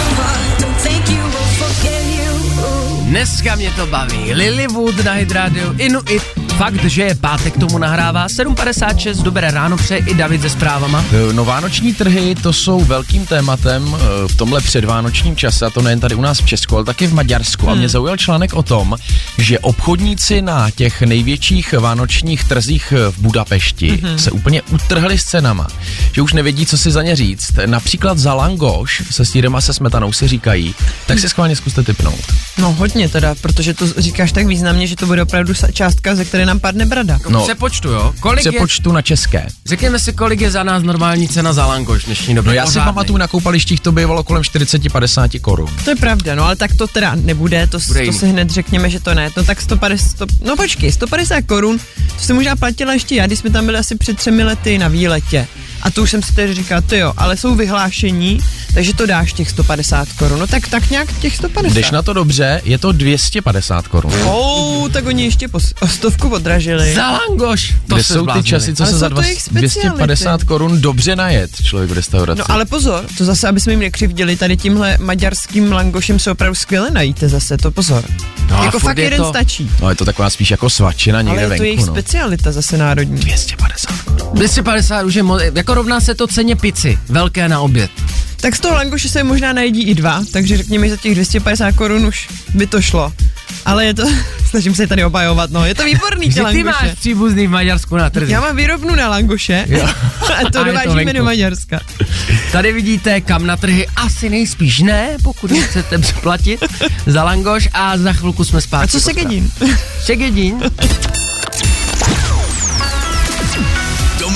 Dneska mě to baví. Lilywood na Hit Radio, Inuit. Fakt, že je pátek, tomu nahrává sedm padesát šest, dobré ráno, přeje i David se zprávama. No, vánoční trhy, to jsou velkým tématem v tomhle předvánočním čase, a to nejen tady u nás v Česku, ale taky v Maďarsku. Hmm. A mě zaujal článek o tom, že obchodníci na těch největších vánočních trzích v Budapešti hmm. se úplně utrhli s cenama, že už nevědí, co si za ně říct. Například za langoš se sýrem a se smetanou si říkají, tak si schválně zkuste tipnout. No hodně teda, protože to říkáš tak významně, že to bude opravdu sa- částka, ze které nám padne brada. No. Přepočtu, jo? Kolik je, Přepočtu na české. řekněme si, kolik je za nás normální cena za langoš v dnešní době. No já si Pořádnej. pamatuju, na koupalištích to bývalo kolem čtyřicet padesát korun. To je pravda, no ale tak to teda nebude, to, Bude to jiný. si hned řekněme, že to ne. No tak sto padesát, sto, no počkej, sto padesát korun, to jsem možná platila ještě já, když jsme tam byli asi před třemi lety na výletě. A to už jsem si tedy říkal, ty jo, ale jsou vyhlášení, takže to dáš těch sto padesát korun. No tak, tak nějak těch sto padesát. Jdeš na to dobře, je to dvě stě padesát korun. Oh, tak oni ještě po, o stovku odražili. Za langoš! To Kde se jsou ty zbláznili. časy, co Ale se jsou za to dva, jejich speciality. dvě stě padesát korun dobře najet člověk v restauraci. No ale pozor, to zase, aby jsme jim nekřivděli, tady tímhle maďarským langošem se opravdu skvěle najíte zase, to pozor. No, ale jako furt fakt je jeden to- stačí. No je to taková spíš jako svačina někde Ale je to venku, jejich no. specialita zase národní. dvě stě padesát korun. dvě stě padesát už je mo- jako rovná se to ceně pici, velké na oběd. Tak z toho langoše se možná najedí i dva, takže řekněme, že za těch dvě stě padesát korun už by to šlo. Ale je to, snažím se tady obhajovat, no, je to výborný ty Že ty máš langoše. příbuzný v Maďarsku na trzích. Já mám výrobnu na langoše a to A je to dovážíme venku. do Maďarska. Tady vidíte, kam na trhy asi nejspíš ne, pokud chcete přeplatit za langoš a za chvilku jsme zpátky. A co se gedín? Segedín? Dominik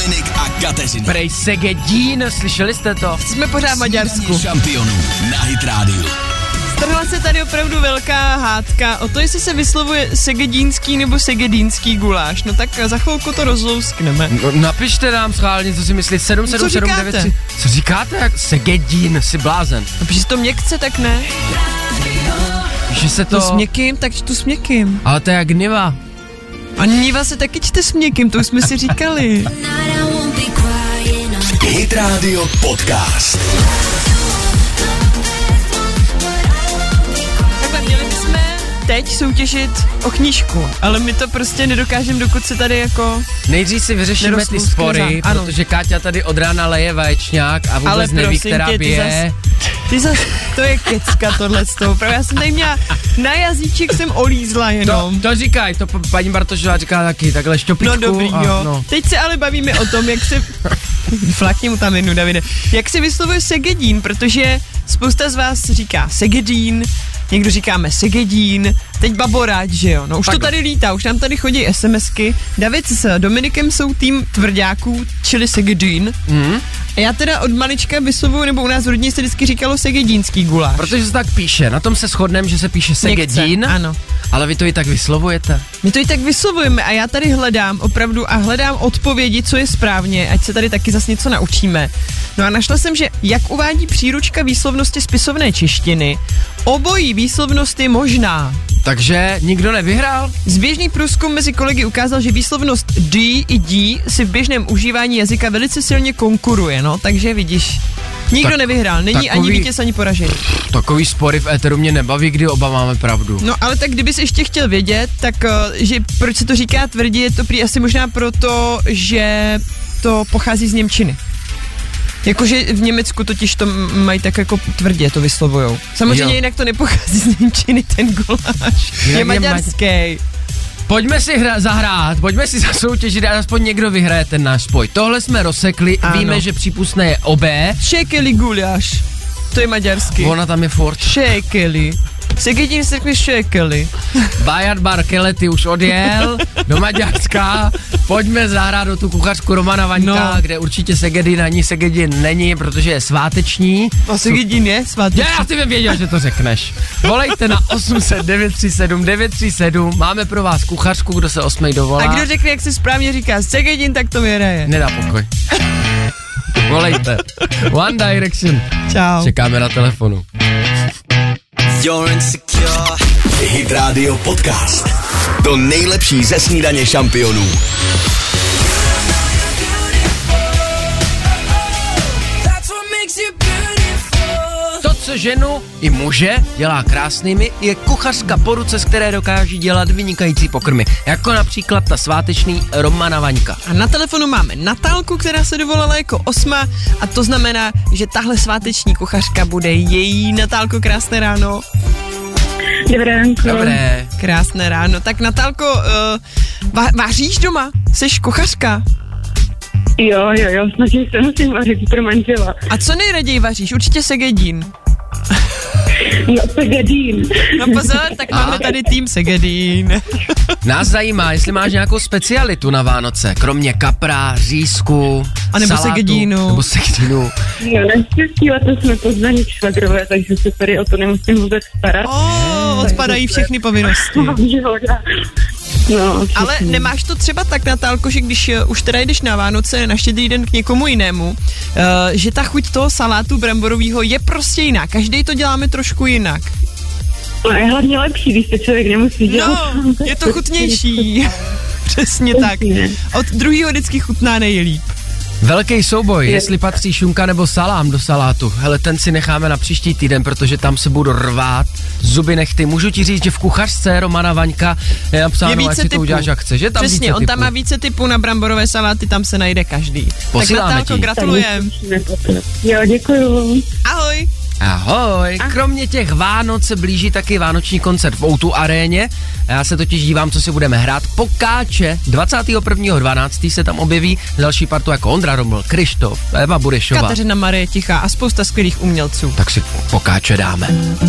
a Kateřiny. Prej Segedín, slyšeli jste to? Jsme pořád v Maďarsku. Šampionů na Hit Radio. Strhla se tady opravdu velká hádka o to, jestli se vyslovuje segedínský nebo segedínský guláš. No tak za chvilku to rozlouskneme. No, napište nám schválně, co si myslí. sedm sedm sedm devět tři. Co říkáte? Jak Segedín, si blázen. No, protože to měkce, tak ne. Že se to... To s měkkým, tak čtu s měkkým. Ale to je jak Niva. A Niva se taky čte s měkkým, to už jsme si říkali. Hit Radio Podcast. Takhle, měli bychom teď soutěžit o knížku, ale my to prostě nedokážeme, dokud se tady jako... Nejdřív si vyřešíme ty spory, protože Káťa tady od rána leje vaječňák a vůbec ale neví, která tě, bije. Ty zas, to je kecka tohleto, právě já jsem tady měla, na jazyček jsem olízla jenom. To, to říkaj, to paní Bartošová říká taky, takhle šťopičku. No dobrý, a, jo. No. Teď se ale bavíme o tom, jak se... Flakni mu tam jednu, Davide. Jak se vyslovuje Segedín, protože spousta z vás říká Segedín, někdo říkáme Segedín, teď Baboráč, že jo. No už tak to tady lítá, už nám tady chodí SMSky. David s Dominikem jsou tým tvrďáků, čili Segedín. Mm. A já teda od malička vyslovuju, nebo u nás v rodině se vždycky říkalo segedínský guláš. Protože se tak píše, na tom se shodneme, že se píše Segedín. Někce, ano. Ale vy to i tak vyslovujete. My to i tak vyslovujeme a já tady hledám opravdu a hledám odpovědi, co je správně, ať se tady taky zase něco naučíme. No a našla jsem, že jak uvádí příručka výslovnosti spisovné češtiny, obojí výslovnost je možná. Takže nikdo nevyhrál? Zběžný průzkum mezi kolegy ukázal, že výslovnost D i D si v běžném užívání jazyka velice silně konkuruje, no, takže vidíš. Nikdo tak, nevyhrál, není takový, ani vítěz, ani poražený. Takový spory v éteru mě nebaví, kdy oba máme pravdu. No ale tak kdybys ještě chtěl vědět, tak že proč se to říká tvrdě, je to prý asi možná proto, že to pochází z němčiny. Jakože v Německu totiž to mají tak jako tvrdě, to vyslovujou. Samozřejmě jo. Jinak to nepochází z němčiny, ten guláš. Je, je maďarský. Pojďme si hra- zahrát, pojďme si zasoutěžit a aspoň někdo vyhraje ten náš spoj. Tohle jsme rozsekli, ano. Víme, že přípustné je obé. Šekeli guláš, to je maďarský. Ona tam je furt. Šekeli. Segedín se řekne šekeli. Bajat Bar Kelety už odjel do Maďarska. Pojďme zahrát do tu kuchařku Romana Vaňka, no. Kde určitě Segedín ani Segedín není, protože je sváteční. A Segedín je sváteční. Já jsem věděl, že to řekneš. Volejte na osm set devět tři sedm devět tři sedm. Máme pro vás kuchařku, kdo se osmej dovolá. A kdo řekne, jak se správně říká Segedín, tak to vyhraje. Nedá pokoj. Volejte. One Direction. Čau. Čekáme na telefonu. Hit Radio Podcast. To nejlepší ze snídaně šampionů. To, co ženu i muže dělá krásnými, je kuchařka po ruce, z které dokáží dělat vynikající pokrmy. Jako například ta svátečný Romana Vaňka. A na telefonu máme Natálku, která se dovolala jako osma a to znamená, že tahle sváteční kuchařka bude její. Natálko, krásné ráno. Dobré ránko. Dobré. Krásné ráno. Tak Natálko, uh, vaříš doma? Jseš kuchařka? Jo, jo, jo, snažím se, musím vařit pro manžela. A co nejraději vaříš? Určitě Segedín. No, Segedín. No pozor, tak máme tady tým Segedín. Nás zajímá, jestli máš nějakou specialitu na Vánoce, kromě kapra, řízku, a nebo salátu, Segedínu. Nebo Segedínu. No, naštěstí letos jsme poznaní švagrové, takže se tady o to nemusím vůbec starat. O, odpadají všechny povinnosti. No, ale nemáš to třeba tak, Natálko, že když uh, už teda jdeš na Vánoce na Štědrý den k někomu jinému, uh, že ta chuť toho salátu bramborového je prostě jiná. Každý to děláme trošku jinak. No je hlavně lepší, když se člověk nemusí dělat. No, je to chutnější. Přesně tak. Od druhého vždycky chutná nejlíp. Velký souboj, je. Jestli patří šunka nebo salám do salátu. Hele, ten si necháme na příští týden, protože tam se budu rvát zuby nechty. Můžu ti říct, že v kuchařce Romana Vaňka je napsáno, ať si to uděláš, jak chceš. Že tam přesně, více on typů. Tam má více typů na bramborové saláty, tam se najde každý. Posíláme tak Natálko, gratulujem. Jo, děkuju. Ahoj. Ahoj, kromě těch Vánoc se blíží taky vánoční koncert v ó dva aréně. Já se totiž dívám, co si budeme hrát. Pokáče dvacátého prvního dvanáctého se tam objeví další partu jako Ondra Roml, Krištof, Eva Burešová, Kateřina Marie Tichá a spousta skvělých umělců. Tak si Pokáče dáme.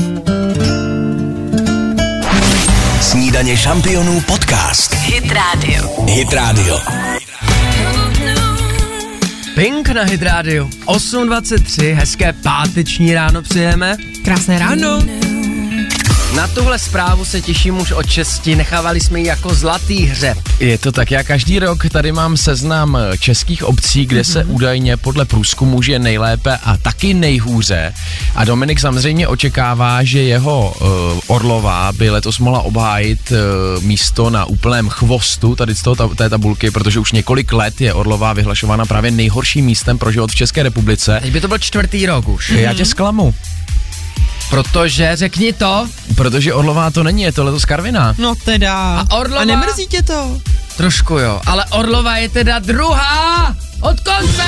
Snídaně šampionů podcast. Hit Radio. Hit Radio. Pink na Hit Radio. osm dvacet tři, hezké páteční ráno přijeme. Krásné ráno. Na tuhle zprávu se těším už od česti, nechávali jsme ji jako zlatý hřeb. Je to tak, já každý rok tady mám seznam českých obcí, kde se údajně podle průzkumu žije nejlépe a taky nejhůře. A Dominik samozřejmě očekává, že jeho uh, Orlová by letos mohla obhájit uh, místo na úplném chvostu tady z toho ta, té tabulky, protože už několik let je Orlová vyhlašována právě nejhorším místem pro život v České republice. Teď by to byl čtvrtý rok už. Já tě zklamu. Protože, řekni to. Protože Orlová to není, je to letos Karviná. No teda. A Orlová? A nemrzí tě to? Trošku jo, ale Orlová je teda druhá od konce.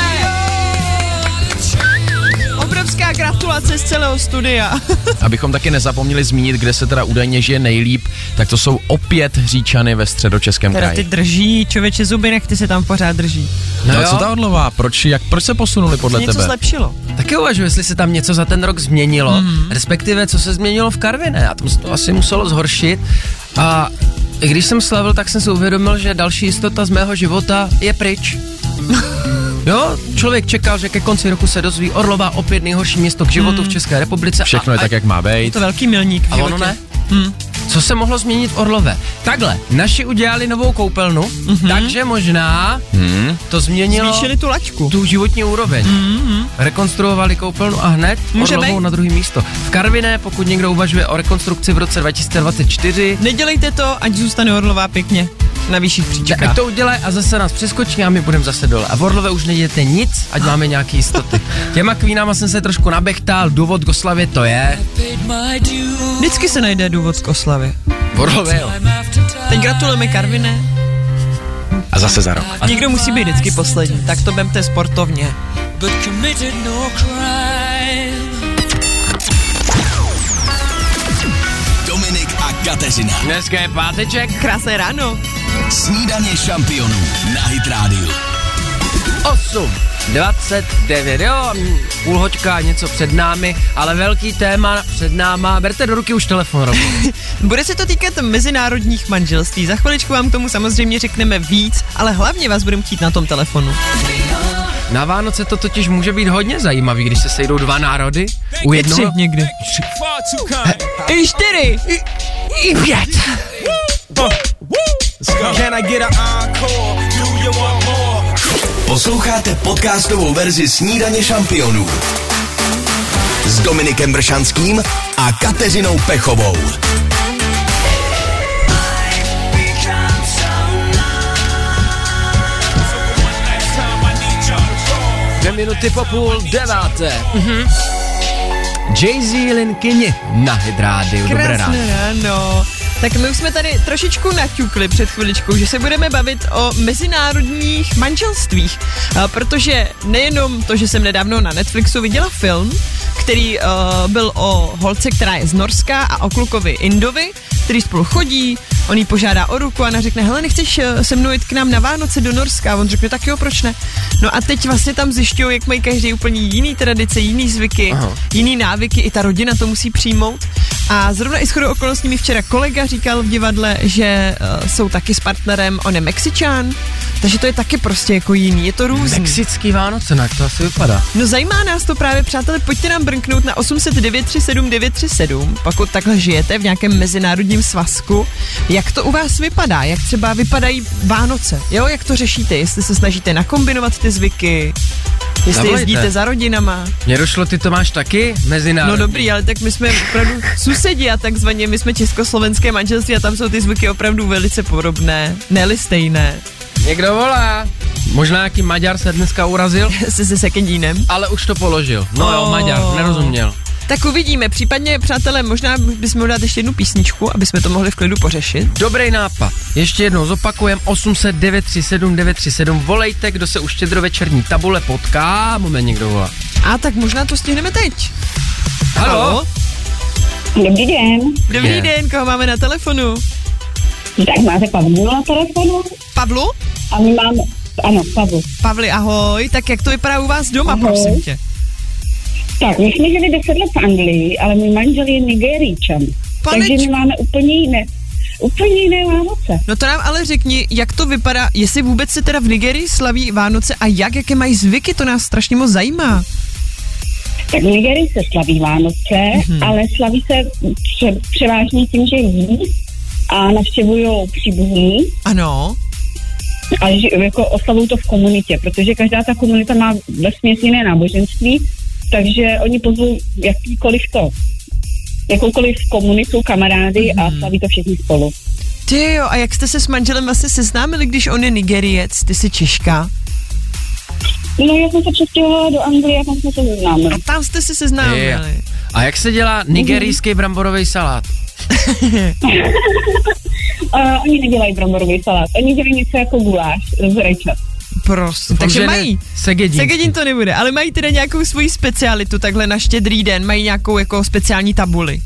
Obrovská gratulace z celého studia. Abychom taky nezapomněli zmínit, kde se teda údajně žije nejlíp, tak to jsou opět Hříčany ve Středočeském teda kraji. Ty drží, člověče zuby, nech ty se tam pořád drží. No, no jo. Co ta Orlová? Proč, jak, proč se posunuli podle něco tebe? Něco zlepšilo. Taky uvažuji, jestli se tam něco za ten rok změnilo, mm. respektive co se změnilo v Karviné. A tam se to asi muselo zhoršit. A i když jsem slavil, tak jsem si uvědomil, že další jistota z mého života je pryč. Jo, člověk čekal, že ke konci roku se dozví Orlová opět nejhorší město k životu mm. v České republice. Všechno a, je tak, jak má být. Je to velký milník v a ono ne? Hmm. Co se mohlo změnit v Orlové? Takhle, naši udělali novou koupelnu, mm-hmm. takže možná mm. to změnilo zvýšili tu laťku. Tu životní úroveň. Mm-hmm. Rekonstruovali koupelnu a hned Může Orlovou být? Na druhé místo. V Karviné, pokud někdo uvažuje o rekonstrukci v roce dva tisíce dvacet čtyři. Nedělejte to, ať zůstane Orlová pěkně na vyšších příčkách. Ať to udělají a zase nás přeskočí a my budeme zase dole. A v Orlové už nedějete nic, ať máme nějaký jistoty. Těma kvínama jsem se trošku nabechtal, důvod k oslavě to je. Vždycky se najde důvod k oslavě. V Orlové, jo. Teď gratulujeme Karviné. A zase za rok. A někdo musí být vždycky poslední, tak to vemte sportovně. Dominik a Kateřina. Dneska je páteček. Krásné ráno. Snídaně šampionů na Hit Radio. osm dvacet devět, jo, půl hoďka, něco před námi, ale velký téma před náma, berte do ruky už telefon, Robo. Bude se to týkat mezinárodních manželství, za chviličku vám k tomu samozřejmě řekneme víc, ale hlavně vás budeme chtít na tom telefonu. Na Vánoce to totiž může být hodně zajímavý, když se sejdou dva národy, u I jednoho... tři někdy. I čtyři. I, i pět. Posloucháte podcastovou verzi Snídaně šampionů s Dominikem Bršanským a Kateřinou Pechovou. Dvě minuty po půl deváté. Mhm. Jay-Z, Lin Kyni na Hit Radio. Dobré ráno. Krásné ráno. Tak my už jsme tady trošičku naťukli před chviličkou, že se budeme bavit o mezinárodních manželstvích, a protože nejenom to, že jsem nedávno na Netflixu viděla film, který uh, byl o holce, která je z Norska a o klukovi Indovi, který spolu chodí, on jí požádá o ruku a ona řekne, hele, nechceš se mnou jít k nám na Vánoce do Norska? A on řekne, tak jo, proč ne? No a teď vlastně tam zjišťují, jak mají každý úplně jiný tradice, jiný zvyky, Aha. jiný návyky, i ta rodina to musí přijmout. A zrovna i shodou okolností mi včera kolega říkal v divadle, že uh, jsou taky s partnerem, on je Mexičan, takže to je taky prostě jako jiný, je to různý. Mexický Vánoce, jak to asi vypadá? No zajímá nás to právě, přátelé, pojďte nám brnknout na osm set devět tři sedm devět tři sedm, pokud takhle žijete v nějakém mezinárodním svazku, jak to u vás vypadá, jak třeba vypadají Vánoce, jo, jak to řešíte, jestli se snažíte nakombinovat ty zvyky, jestli Zavolejte. Jezdíte za rodinama. Mně došlo, ty to máš taky mezinárodní. No dobrý, ale tak my jsme opravdu susedi a takzvaně, my jsme československé manželství a tam jsou ty zvyky opravdu velice podobné, ne-li stejné. Někdo volá. Možná nějaký Maďar se dneska urazil. Se se sekendínem. Ale už to položil. No oh. jo, Maďar, nerozuměl. Tak uvidíme, případně, přátelé, možná bychom dát ještě jednu písničku, aby jsme to mohli v klidu pořešit. Dobrý nápad. Ještě jednou zopakujem, osm set devět tři sedm devět tři sedm, volejte, kdo se u štědrovečerní tabule potká. Moment, někdo volá. A tak možná to stihneme teď. Haló? Haló? Dobrý den. Dobrý den. den, koho máme na telefonu? Tak máte Pavlu na telefonu? Pavlu? A my máme, ano, Pavlu. Pavli, ahoj, tak jak to vypadá u vás doma, ahoj. Prosím tě? Tak, my jsme žili deset let v Anglii, ale můj manžel je Nigerijčan. Takže my máme úplně jiné, úplně jiné Vánoce. No to nám ale řekni, jak to vypadá, jestli vůbec se teda v Nigerii slaví Vánoce a jak, jaké mají zvyky, to nás strašně moc zajímá. Tak v Nigerii se slaví Vánoce, mm-hmm. ale slaví se pře- převážně tím, že jí a navštěvují příbuzní. Ano. A že, jako oslavují to v komunitě, protože každá ta komunita má vesměs jiné náboženství, takže oni pozvou jakýkoliv to, jakoukoliv komunitu, kamarády mm-hmm. a slaví to všichni spolu. Ty jo, a jak jste se s manželem vlastně seznámili, když on je Nigeriec, ty jsi Češka? No, já jsem se přestěhovala do Anglie a tam jsme se seznámili. A tam jste se seznámili. Je. A jak se dělá nigerijský bramborový salát? uh, oni nedělají bramborový salát, oni dělají něco jako guláš z rajčat. Prostě, takže mají. Segedin. Segedin to nebude, ale mají teda nějakou svoji specialitu takhle na Štědrý den, mají nějakou jako speciální tabuli.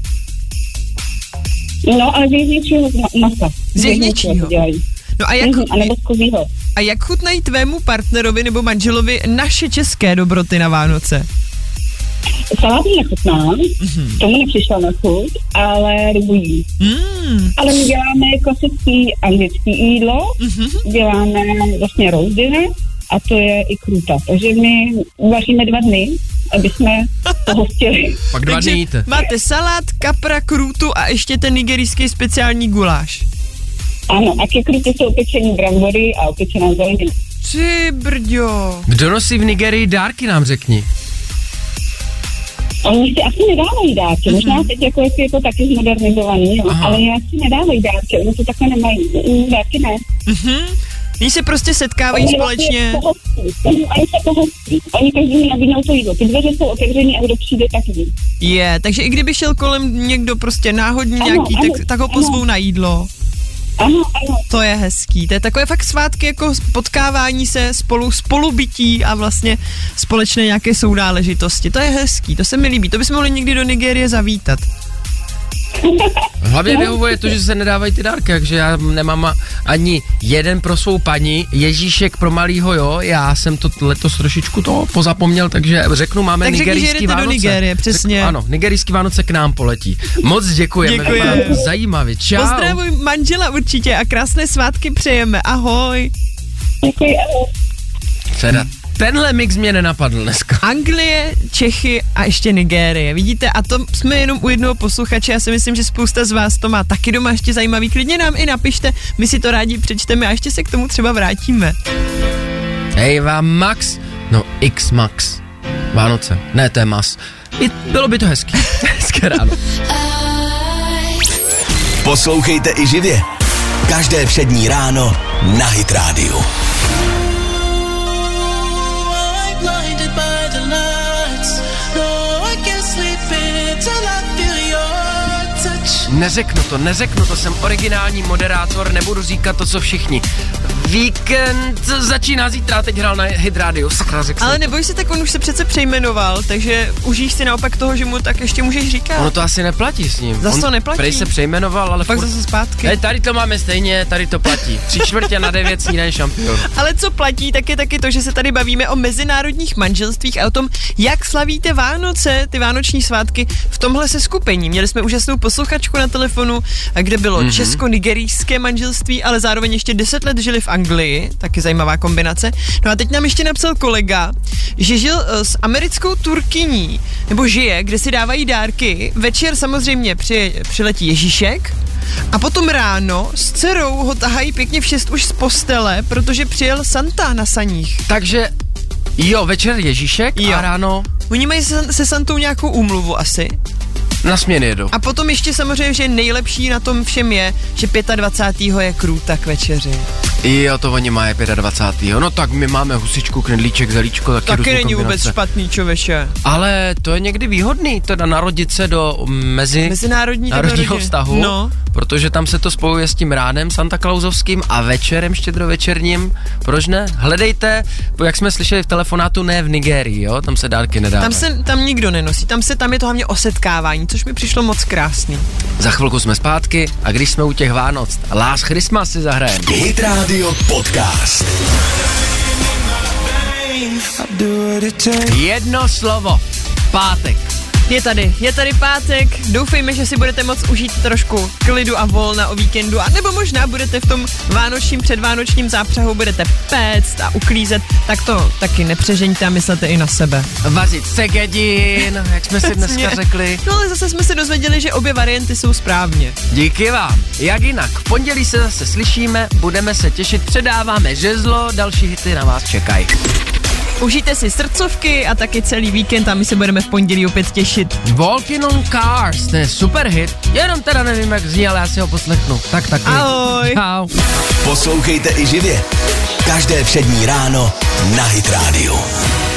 No, ale z jehněčího masa. Z jehněčího. No a jak, mm-hmm, a nebo z kozího. A jak chutnají tvému partnerovi nebo manželovi naše české dobroty na Vánoce? Salát mi nechutná, mm-hmm. tomu nepřišla na chuť, ale rybu jí. Mm. Ale my děláme klasický anglický jídlo, mm-hmm. děláme vlastně roast dinner a to je i krůta. Takže my vaříme dva dny, aby jsme to hostili. Pak dva dny jíte. Máte salát, kapra, krůtu a ještě ten nigerijský speciální guláš. Ano, a ke krůty jsou opečený brambory a opečená zelenina. Ty brďo. Kdo nosí v Nigerii dárky, nám řekni. Oni si asi nedávají dárky, mm-hmm. možná teď jako jestli je to taky zmodernizovaný, jo, ale asi nedávají dárky, oni to takhle nemají, dárky ne. Mhm. Oni se prostě setkávají oni společně. Vlastně oni, oni se pohostí, oni každý nabídnou to jídlo, ty dveře jsou otevřený a kdo přijde, tak ví. Je, takže i kdyby šel kolem někdo prostě náhodně ano, nějaký, ano, tak, tak ho pozvou ano. na jídlo. Ano, ano. To je hezký, to je takové fakt svátky jako potkávání se spolu, spolubytí a vlastně společné nějaké sounáležitosti. To je hezký, to se mi líbí, to bychom mohli někdy do Nigérie zavítat. Hlavně vyhovuje to, že se nedávají ty dárky, takže já nemám ani jeden pro svou paní, Ježíšek pro malýho, jo, já jsem to letos trošičku to pozapomněl, takže řeknu, máme tak nigerijský Vánoce. Do Nigérie, přesně. Řeknu, ano, nigerijský Vánoce k nám poletí. Moc děkujeme. Děkujeme. Zajímavě, čau. Pozdravuj manžela určitě a krásné svátky přejeme, ahoj. Děkuji, ahoj. Teda tenhle mix mě nenapadl dneska. Anglie, Čechy a ještě Nigérie. Vidíte, a to jsme jenom u jednoho posluchače. Já si myslím, že spousta z vás to má taky doma ještě zajímavý. Klidně nám i napište, my si to rádi přečteme a ještě se k tomu třeba vrátíme. Hej, vám Max, no X Max. Vánoce, ne, to je mas. I bylo by to hezký. Hezké ráno. Poslouchejte i živě. Každé všední ráno na Hit Radio. Neřeknu to, neřeknu to, jsem originální moderátor, nebudu říkat to, co všichni. Víkend začíná zítra, teď hrál na Hit Radio, sakra řekl. Ale neboj se, tak on už se přece přejmenoval, takže užíš si naopak toho, že mu tak ještě můžeš říkat. Ono to asi neplatí s ním. Zas to on neplatí. Prej se přejmenoval, ale pak furt... zase zpátky. Hej, tady to máme stejně, tady to platí. Tři čtvrtě na devět snídaně šampion. Ale co platí, tak je taky to, že se tady bavíme o mezinárodních manželstvích a o tom, jak slavíte Vánoce, ty vánoční svátky v tomhle seskupení. Měli jsme úžasnou posluchačku na telefonu, kde bylo mm-hmm. česko-nigerijské manželství, ale zároveň ještě deset let žili v Anglii, taky zajímavá kombinace. No a teď nám ještě napsal kolega, že žil uh, s americkou Turkyní, nebo žije, kde si dávají dárky. Večer samozřejmě při, přiletí Ježíšek a potom ráno s dcerou ho tahají pěkně v šest už z postele, protože přijel Santa na saních. Takže jo, večer Ježíšek jo. A ráno... Oni mají se, se Santou nějakou úmluvu asi. Na směny jedou. A potom ještě samozřejmě, že nejlepší na tom všem je, že dvacátého pátého je krůta k večeři. Jo, to oni mají dvacátého pátého No tak my máme husičku, knedlíček, zelíčko, taky taky není kombinace. Vůbec špatný, čověče. Ale to je někdy výhodný, teda narodit se do mezi mezinárodního národního vztahu, no. Protože tam se to spojuje s tím ránem Santa Clausovským a večerem štědrovečerním. Proč ne? Hledejte, jak jsme slyšeli v telefonátu, ne v Nigérii, jo, tam se dárky nedávají. Tam se tam nikdo nenosí, tam se tam je to hlavně o setkávání, což mi přišlo moc krásný. Za chvilku jsme zpátky a když jsme u těch Vánoc, Last Christmas si zahrajeme. Hit Radio Podcast. Jedno slovo. Pátek. Je tady, je tady pátek, doufejme, že si budete moct užít trošku klidu a volna o víkendu, a nebo možná budete v tom vánočním, předvánočním zápřahu, budete péct a uklízet, tak to taky nepřežeňte a myslete i na sebe. Vařit segedin, jak jsme si dneska řekli. No ale zase jsme se dozvěděli, že obě varianty jsou správně. Díky vám. Jak jinak, v pondělí se zase slyšíme, budeme se těšit, předáváme žezlo, další hity na vás čekají. Užijte si srdcovky a taky celý víkend a my se budeme v pondělí opět těšit. Walking on Cars, to je super hit, jenom teda nevím, jak zní, ale já si ho poslechnu. Tak taky. Ahoj. Čau. Poslouchejte i živě. Každé všední ráno na Hit Radio.